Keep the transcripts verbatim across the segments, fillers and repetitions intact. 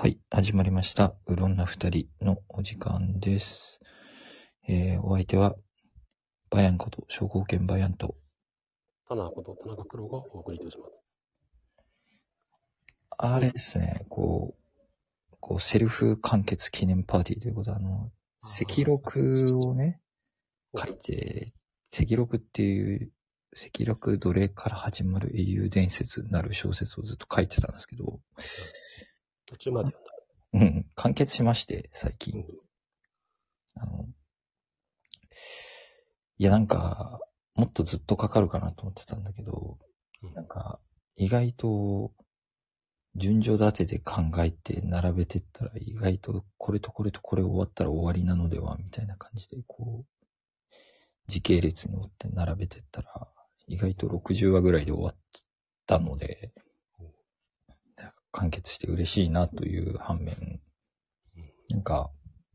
はい、始まりました。うろんな二人のお時間です。えー、お相手は、バヤンこと、証拠兼バヤンと、 タナこと田中黒がお送りいたします。 あれですね、こう、こう、セルフ完結記念パーティーということで、あの、赤録をね、書いて、赤録っていう、赤録奴隷から始まる英雄伝説なる小説をずっと書いてたんですけど、 途中まで読んだ。 うん、完結しまして、最近。 うん、 あの、いや、なんか、もっとずっとかかるかなと思ってたんだけど、 うん、 なんか、意外と、順序立てて考えて並べてったら、意外とこれとこれとこれ終わったら終わりなのでは、みたいな感じで、こう、時系列に追って並べてったら、意外とろくじゅうわぐらいで終わったので、完結して嬉しいなという反面、なんか、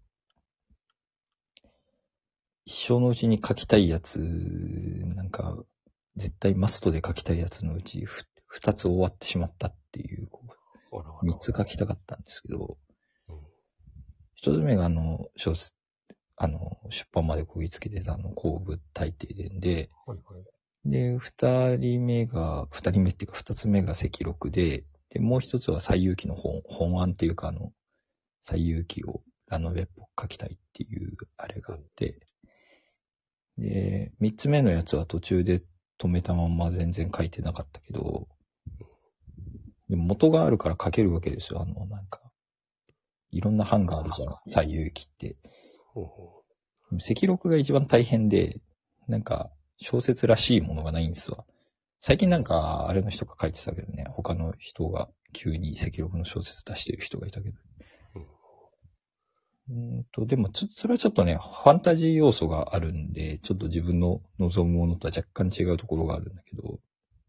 一生のうちに書きたいやつ、なんか、絶対マストで書きたいやつのうち、ふ二つ終わってしまったっていう、こあらあらう三つ書きたかったんですけど、 うん、 一つ目があの、小説、あの、出版までこぎつけてたあの、後部大帝伝で、 はいはい。 で、二人目が、二人目っていうか二つ目が赤録で、で、もう一つは西遊記の本、本案っていうかあの、西遊記をラノベっぽく書きたいっていうあれがあって、で、三つ目のやつは途中で止めたまま全然書いてなかったけど、でも元があるから書けるわけですよ。あの、なんか、いろんな版があるじゃん、西遊記って。 ほうほ赤録が一番大変で、なんか、小説らしいものがないんですわ。最近なんか、あれの人が書いてたけどね、他の人が急に赤録の小説出してる人がいたけど。 う。うん、 うーんと、でもちょ、それはちょっとね、ファンタジー要素があるんで、ちょっと自分の望むものとは若干違うところがあるんだけど、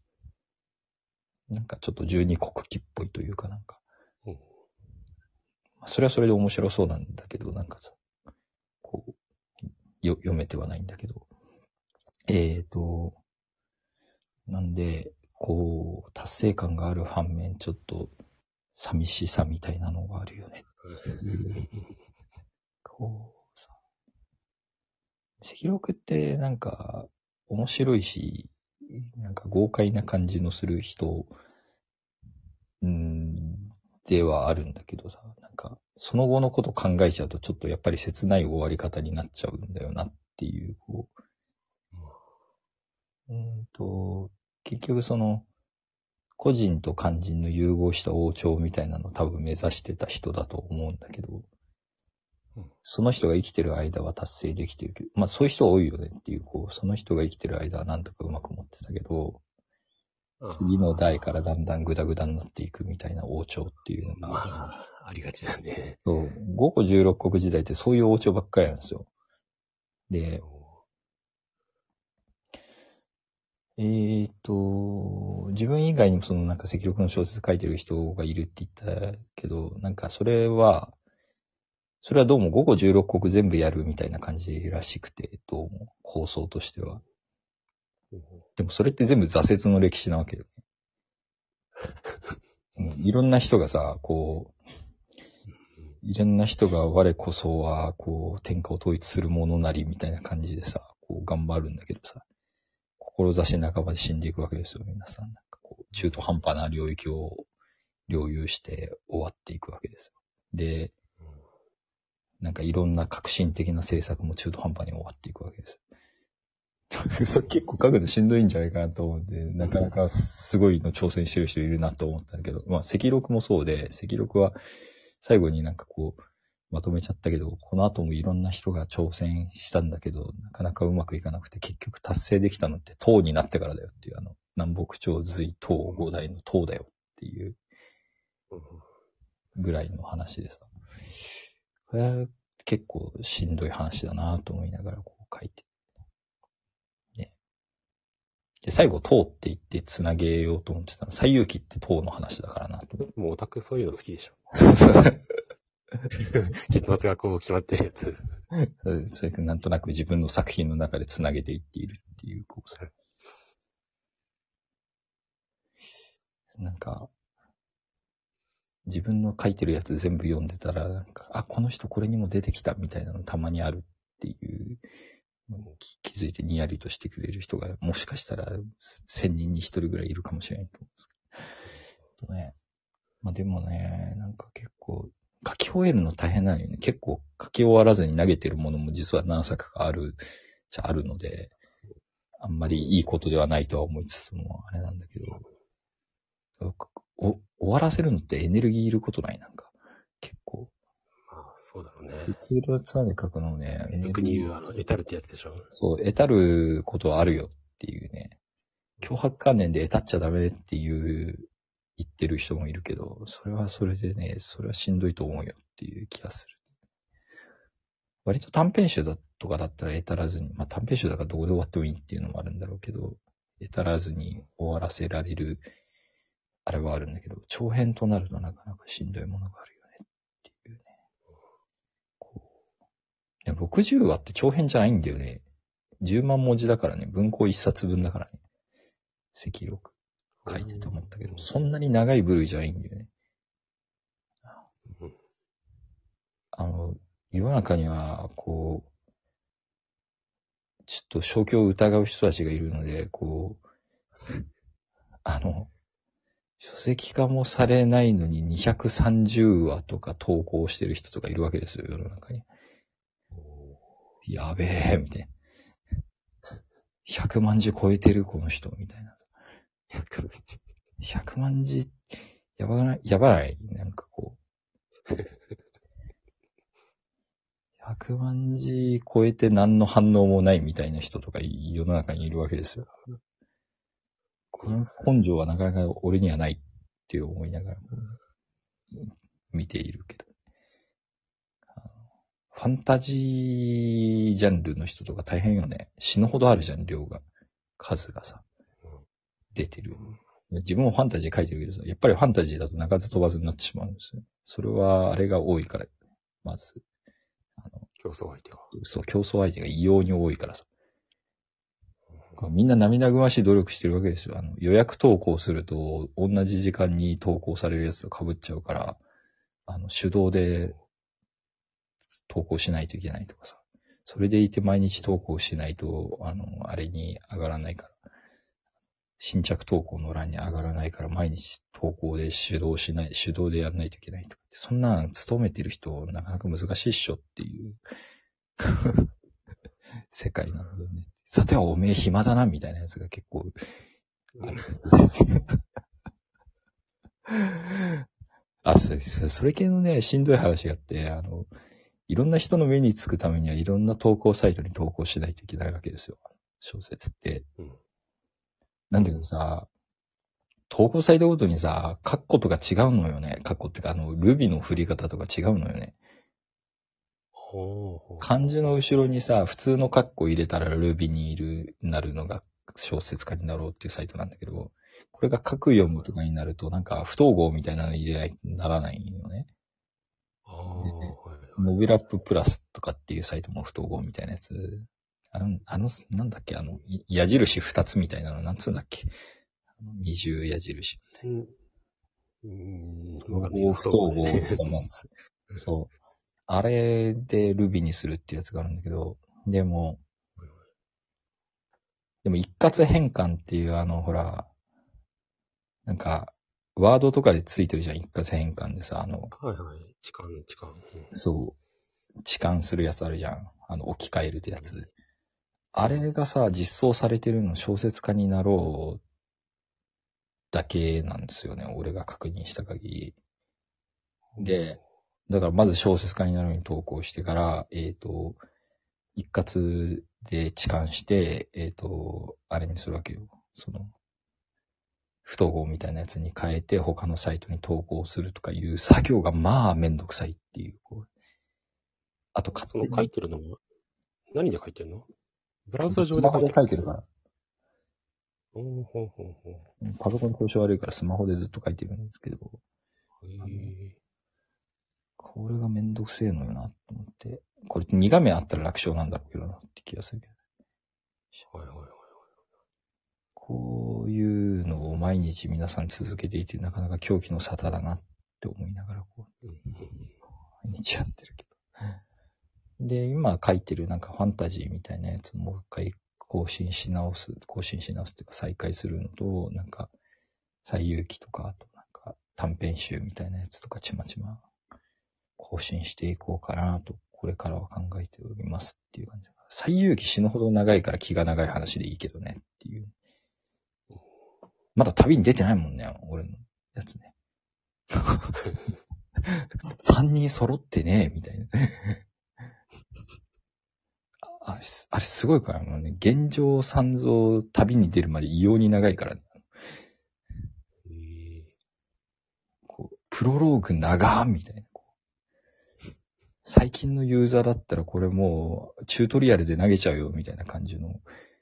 なんかちょっと十二国旗っぽいというかなんか、 うん、 まあ、それはそれで面白そうなんだけど、なんかさ、こう、よ読めてはないんだけど。えーと、なんで、こう、達成感がある反面、ちょっと寂しさみたいなのがあるよね。こうさ、赤録ってなんか面白いし、なんか豪快な感じのする人、んではあるんだけどさ、なんか、その後のこと考えちゃうとちょっとやっぱり切ない終わり方になっちゃうんだよなっていう、こう、うんと、結局その、個人と肝心の融合した王朝みたいなのを多分目指してた人だと思うんだけど、 うん、 その人が生きてる間は達成できてるけど、まあそういう人多いよねっていう、こう、その人が生きてる間はなんとかうまく持ってたけど、次の代からだんだんグダグダになっていくみたいな王朝っていうのが、 まあ、ありがちだね。 そう、ごこじゅうろっこく時代ってそういう王朝ばっかりなんですよ。で、えーと、自分以外にもそのなんか赤録の小説書いてる人がいるって言ったけど、なんかそれは、それはどうもごこじゅうろっこく全部やるみたいな感じらしくて、どうも構想としては。 うん、 でもそれって全部挫折の歴史なわけよね。うん、いろんな人がさ、こう、いろんな人が我こそは、こう、天下を統一するものなりみたいな感じでさ、こう頑張るんだけどさ、志半ばで死んでいくわけですよ、皆さん。なんかこう中途半端な領域を領有して終わっていくわけですよ。で、なんかいろんな革新的な政策も中途半端に終わっていくわけですよ。それ結構書くのしんどいんじゃないかなと思うんで、なかなかすごいの挑戦してる人いるなと思ったんだけど、まあ赤録もそうで、赤録は最後になんかこう、まとめちゃったけど、この後もいろんな人が挑戦したんだけど、なかなかうまくいかなくて、結局達成できたのって唐になってからだよっていう、あの、南北朝隋唐五代の唐だよっていうぐらいの話でさ。これは結構しんどい話だなと思いながらこう書いて。ね、で、最後唐って言って繋げようと思ってたの。西遊記って唐の話だからなと思って。 もうオタクそういうの好きでしょ。 そうそう。 結末がこう決まってるやつ。 それでなんとなく自分の作品の中で繋げていっているっていう、こうさ。なんか、 自分の書いてるやつ全部読んでたら、なんか、あ、この人これにも出てきたみたいなのたまにあるっていう、気気づいてニヤリとしてくれる人が、もしかしたら千人に一人ぐらいいるかもしれないと思うんですけど。ね。まあでもね、なんか結構、書き終えるの大変なのよね。結構書き終わらずに投げてるものも実は何作かある、じゃあるので、あんまりいいことではないとは思いつつも、あれなんだけど、お終わらせるのってエネルギーいることないなんか。結構。 まあ、そうだろうね。 普通のツアーで書くのね、エネル俗ギー。 に言う、あの、得たるってやつでしょ。 そう、得たることはあるよっていうね。脅迫観念で得たっちゃダメっていう言ってる人もいるけど、それはそれでね、それはしんどいと思うよっていう気がする。割と短編集だとかだったら得たらずに、まあ短編集だからどこで終わってもいいっていうのもあるんだろうけど、得たらずに終わらせられる、あれはあるんだけど、長編となるとなかなかしんどいものがあるよねっていうね。こうでもろくじゅうわって長編じゃないんだよね。じゅうまん文字だからね、文庫いっさつぶんだからね。赤録書いてと思ったけど、そんなに長い部類じゃないんだよね。あの、世の中には、こう、ちょっと正気を疑う人たちがいるので、こう、あの、書籍化もされないのににひゃくさんじゅうわとか投稿してる人とかいるわけですよ、世の中に。やべえ、みたいな。ひゃくまんじ超えてる、この人、みたいな。ひゃくまんじ、やばない、やばい、なんかこう。ひゃくまんじ超えて何の反応もないみたいな人とか世の中にいるわけですよ。この根性はなかなか俺にはないって思いながら見ているけど。ファンタジージャンルの人とか大変よね。死ぬほどあるじゃん、量が。数がさ、出てる。自分もファンタジー書いてるけどさ、やっぱりファンタジーだと鳴かず飛ばずになってしまうんですよ。それはあれが多いから、まず。 あの競争相手が。 そう、競争相手が異様に多いからさ。みんな涙ぐましい努力してるわけですよ。あの予約投稿すると、同じ時間に投稿されるやつと被っちゃうから、あの、手動で投稿しないといけないとかさ。それでいて毎日投稿しないと、あの、あれに上がらないから。新着投稿の欄に上がらないから毎日投稿で手動しない、手動でやんないといけないとか。そんなん勤めてる人なかなか難しいっしょっていう世界なのでね。さてはおめえ暇だなみたいなやつが結構ある。あ、それ、それ系のね、しんどい話があって、あの、いろんな人の目につくためにはいろんな投稿サイトに投稿しないといけないわけですよ。小説って。うん、なんだけどさ、投稿サイトごとにさ、カッコとか違うのよね。カッコってか、あの、ルビの振り方とか違うのよね。漢字の後ろにさ、普通のカッコ入れたらルビにいる、なるのが小説家になろうっていうサイトなんだけど、これが書読むとかになると、なんか不統合みたいなの入れないとならないよね。で、モビラッププラスとかっていうサイトも不統合みたいなやつ。あの、あの、なんだっけ、あの、矢印二つみたいなの、なんつうんだっけ。二重矢印みたいな。うん。統合不統合とかなんつ。そう。あれでルビにするっていうやつがあるんだけど、でも、でも一括変換っていうあの、ほら、なんか、ワードとかでついてるじゃん、一括変換でさ、あの、 はいはい、置換、置換。うん、 そう、置換するやつあるじゃん。あの、置き換えるってやつ。うん、あれがさ、実装されてるの小説家になろうだけなんですよね、俺が確認した限り。で、だからまず小説家になるに投稿してから、えっと、一括で置換して、えっと、あれにするわけよ。その、不統合みたいなやつに変えて他のサイトに投稿するとかいう作業がまあめんどくさいっていう。あと、 その書いてるのは何で書いてるの？ブラウザ上で書いてる。スマホで書いてるから。 ほうほうほうほう。 パソコン調子悪いからスマホでずっと書いてるんですけど。へー、これがめんどくせえのよなと思って。これに画面あったら楽勝なんだろうけどなって気がするけど。はいはいはい。こういうのを毎日皆さん続けていてなかなか狂気の沙汰だなって思いながらこう、 うん毎日やってるけど。で、今書いてるなんかファンタジーみたいなやつもう一回更新し直す、更新し直すっていうか再開するのと、なんか、西遊記とか、あとなんか短編集みたいなやつとかちまちま更新していこうかなと、これからは考えておりますっていう感じ。西遊記死ぬほど長いから気が長い話でいいけどねっていう。まだ旅に出てないもんね、俺のやつね。三人揃ってねみたいな。あれ、あれすごいからもうね、現状三蔵旅に出るまで異様に長いからね。 えーこうプロローグ長ーみたいな。こう最近のユーザーだったらこれもうチュートリアルで投げちゃうよみたいな感じの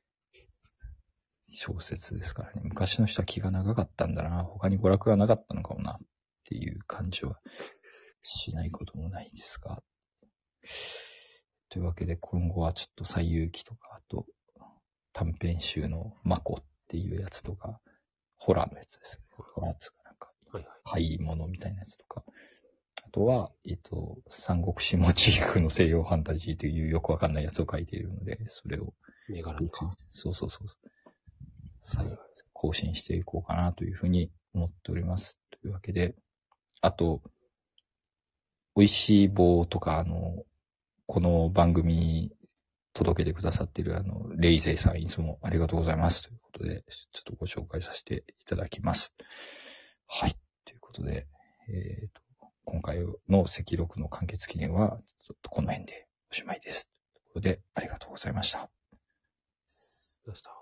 小説ですからね。昔の人は気が長かったんだな。他に娯楽がなかったのかもなっていう感じはしないこともないですが。というわけで今後はちょっと西遊記とか、あと短編集のマコっていうやつとか、ホラーのやつですね。ホラーつかなんか、 はいはい。 怪物みたいなやつとか。あとは、えっと、三国志モチーフの西洋ファンタジーというよくわかんないやつを書いているので、それを、 銘柄とか。 そうそうそう。再更新していこうかなというふうに思っております。というわけで、あと、美味しい棒とか、あの、この番組に届けてくださっている、あの、レイゼイさんいつもありがとうございますということで、ちょっとご紹介させていただきます。はい。ということで、えーと、今回の赤録の完結記念は、ちょっとこの辺でおしまいです。ということで、ありがとうございました。 どうした